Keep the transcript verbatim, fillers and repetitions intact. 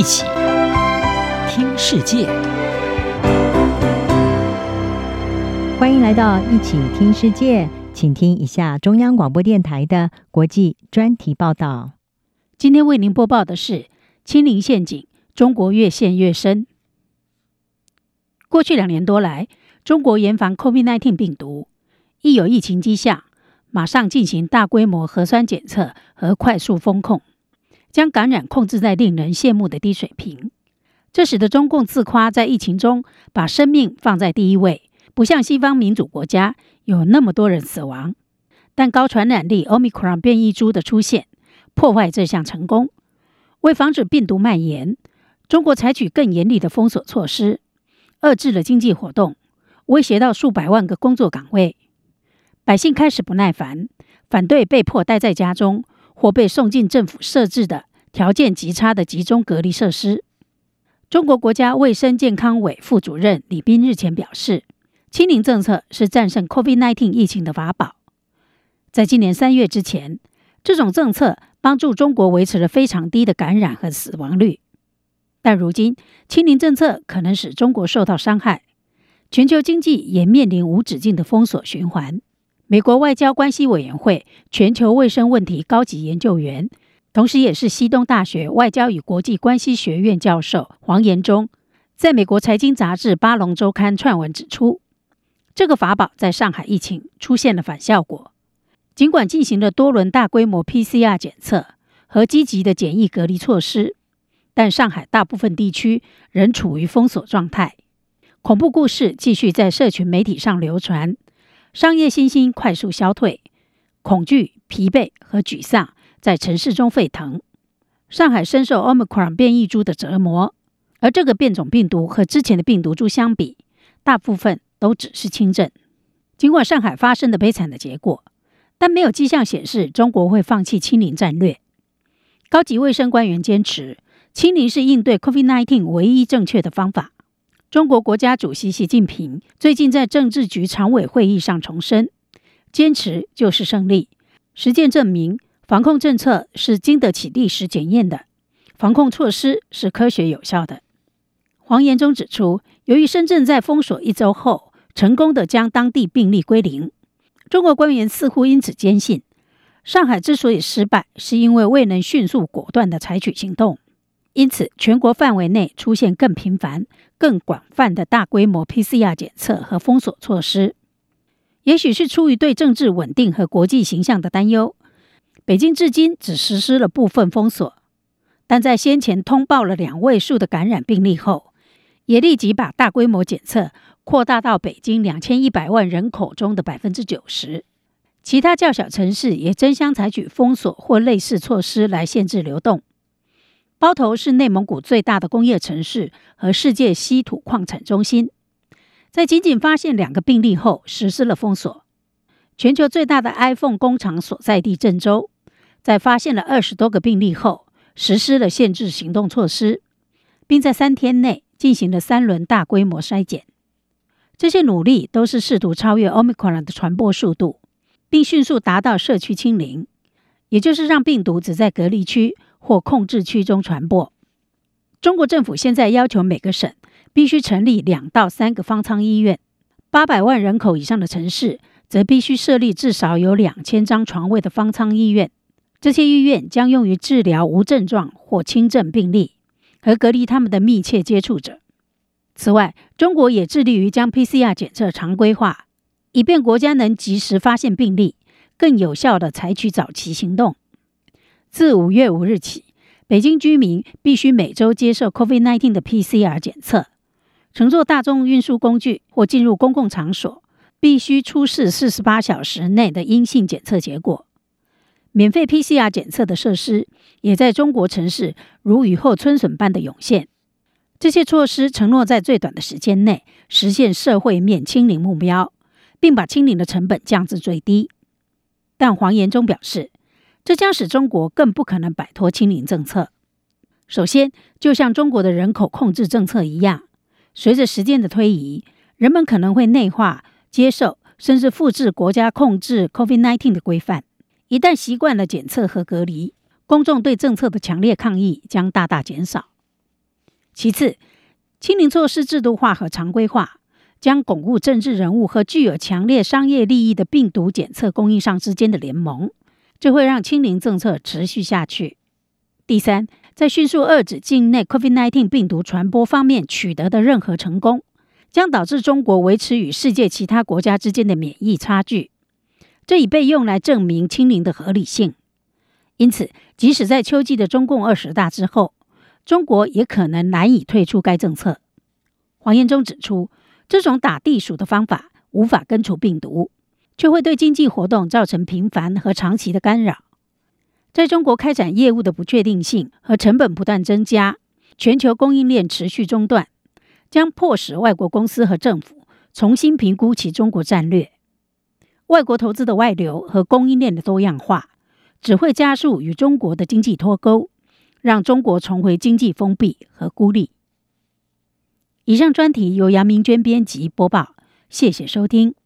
一起听世界。 欢迎来到一起听世界，请听一下中央广播电台的国际专题报道。 今天为您播报的是清零陷阱，中国越陷越深。过去两年多来，中国严防 COVID 十九 病毒，一有疫情迹象，马上进行大规模核酸检测和快速封控，将感染控制在令人羡慕的低水平。这使得中共自夸在疫情中把生命放在第一位，不像西方民主国家有那么多人死亡。但高传染力 Omicron 变异株的出现，破坏这项成功。为防止病毒蔓延，中国采取更严厉的封锁措施，遏制了经济活动，威胁到数百万个工作岗位。百姓开始不耐烦，反对被迫待在家中或被送进政府设置的条件极差的集中隔离设施。中国国家卫生健康委副主任李斌日前表示，清零政策是战胜 COVID 十九 疫情的法宝。在今年三月之前，这种政策帮助中国维持了非常低的感染和死亡率。但如今，清零政策可能使中国受到伤害，全球经济也面临无止境的封锁循环。美国外交关系委员会全球卫生问题高级研究员，同时也是西东大学外交与国际关系学院教授黄延忠，在美国财经杂志《巴龙周刊》撰文指出，这个法宝在上海疫情出现了反效果。尽管进行了多轮大规模 P C R 检测和积极的检疫隔离措施，但上海大部分地区仍处于封锁状态。恐怖故事继续在社群媒体上流传，商业信心快速消退，恐惧、疲惫和沮丧在城市中沸腾。上海深受 Omicron 变异株的折磨，而这个变种病毒和之前的病毒株相比，大部分都只是轻症。尽管上海发生的悲惨的结果，但没有迹象显示中国会放弃清零战略。高级卫生官员坚持，清零是应对 COVID 十九 唯一正确的方法。中国国家主席习近平最近在政治局常委会议上重申，坚持就是胜利。实践证明，防控政策是经得起历史检验的，防控措施是科学有效的。黄延忠指出，由于深圳在封锁一周后，成功地将当地病例归零，中国官员似乎因此坚信，上海之所以失败，是因为未能迅速果断地采取行动。因此，全国范围内出现更频繁、更广泛的大规模 P C R 检测和封锁措施。也许是出于对政治稳定和国际形象的担忧，北京至今只实施了部分封锁，但在先前通报了两位数的感染病例后，也立即把大规模检测扩大到北京两千一百万人口中的 百分之九十。其他较小城市也争相采取封锁或类似措施来限制流动。包头是内蒙古最大的工业城市和世界稀土矿产中心，在仅仅发现两个病例后实施了封锁。全球最大的 iPhone 工厂所在地郑州，在发现了二十多个病例后实施了限制行动措施，并在三天内进行了三轮大规模筛检。这些努力都是试图超越 Omicron 的传播速度，并迅速达到社区清零，也就是让病毒只在隔离区或控制区中传播。中国政府现在要求每个省必须成立两到三个方舱医院，八百万人口以上的城市则必须设立至少有两千张床位的方舱医院。这些医院将用于治疗无症状或轻症病例和隔离他们的密切接触者。此外，中国也致力于将 P C R 检测常规化，以便国家能及时发现病例，更有效地采取早期行动。自五月五日起，北京居民必须每周接受 COVID 十九 的 P C R 检测，乘坐大众运输工具或进入公共场所，必须出示四十八小时内的阴性检测结果。免费 P C R 检测的设施也在中国城市如雨后春笋般的涌现。这些措施承诺在最短的时间内实现社会面清零目标，并把清零的成本降至最低。但黄延忠表示，这将使中国更不可能摆脱清零政策。首先，就像中国的人口控制政策一样，随着时间的推移，人们可能会内化、接受甚至复制国家控制 COVID 十九 的规范。一旦习惯了检测和隔离，公众对政策的强烈抗议将大大减少。 其次，清零措施制度化和常规化，将巩固政治人物和具有强烈商业利益的病毒检测供应商之间的联盟，这会让清零政策持续下去。第三，在迅速遏止境内 COVID 十九 病毒传播方面取得的任何成功，将导致中国维持与世界其他国家之间的免疫差距，这已被用来证明清零的合理性。因此，即使在秋季的中共二十大之后，中国也可能难以退出该政策。黄彦忠指出，这种打地鼠的方法无法根除病毒，却会对经济活动造成频繁和长期的干扰。在中国开展业务的不确定性和成本不断增加，全球供应链持续中断，将迫使外国公司和政府重新评估其中国战略。外国投资的外流和供应链的多样化，只会加速与中国的经济脱钩，让中国重回经济封闭和孤立。以上专题由杨明娟编辑播报，谢谢收听。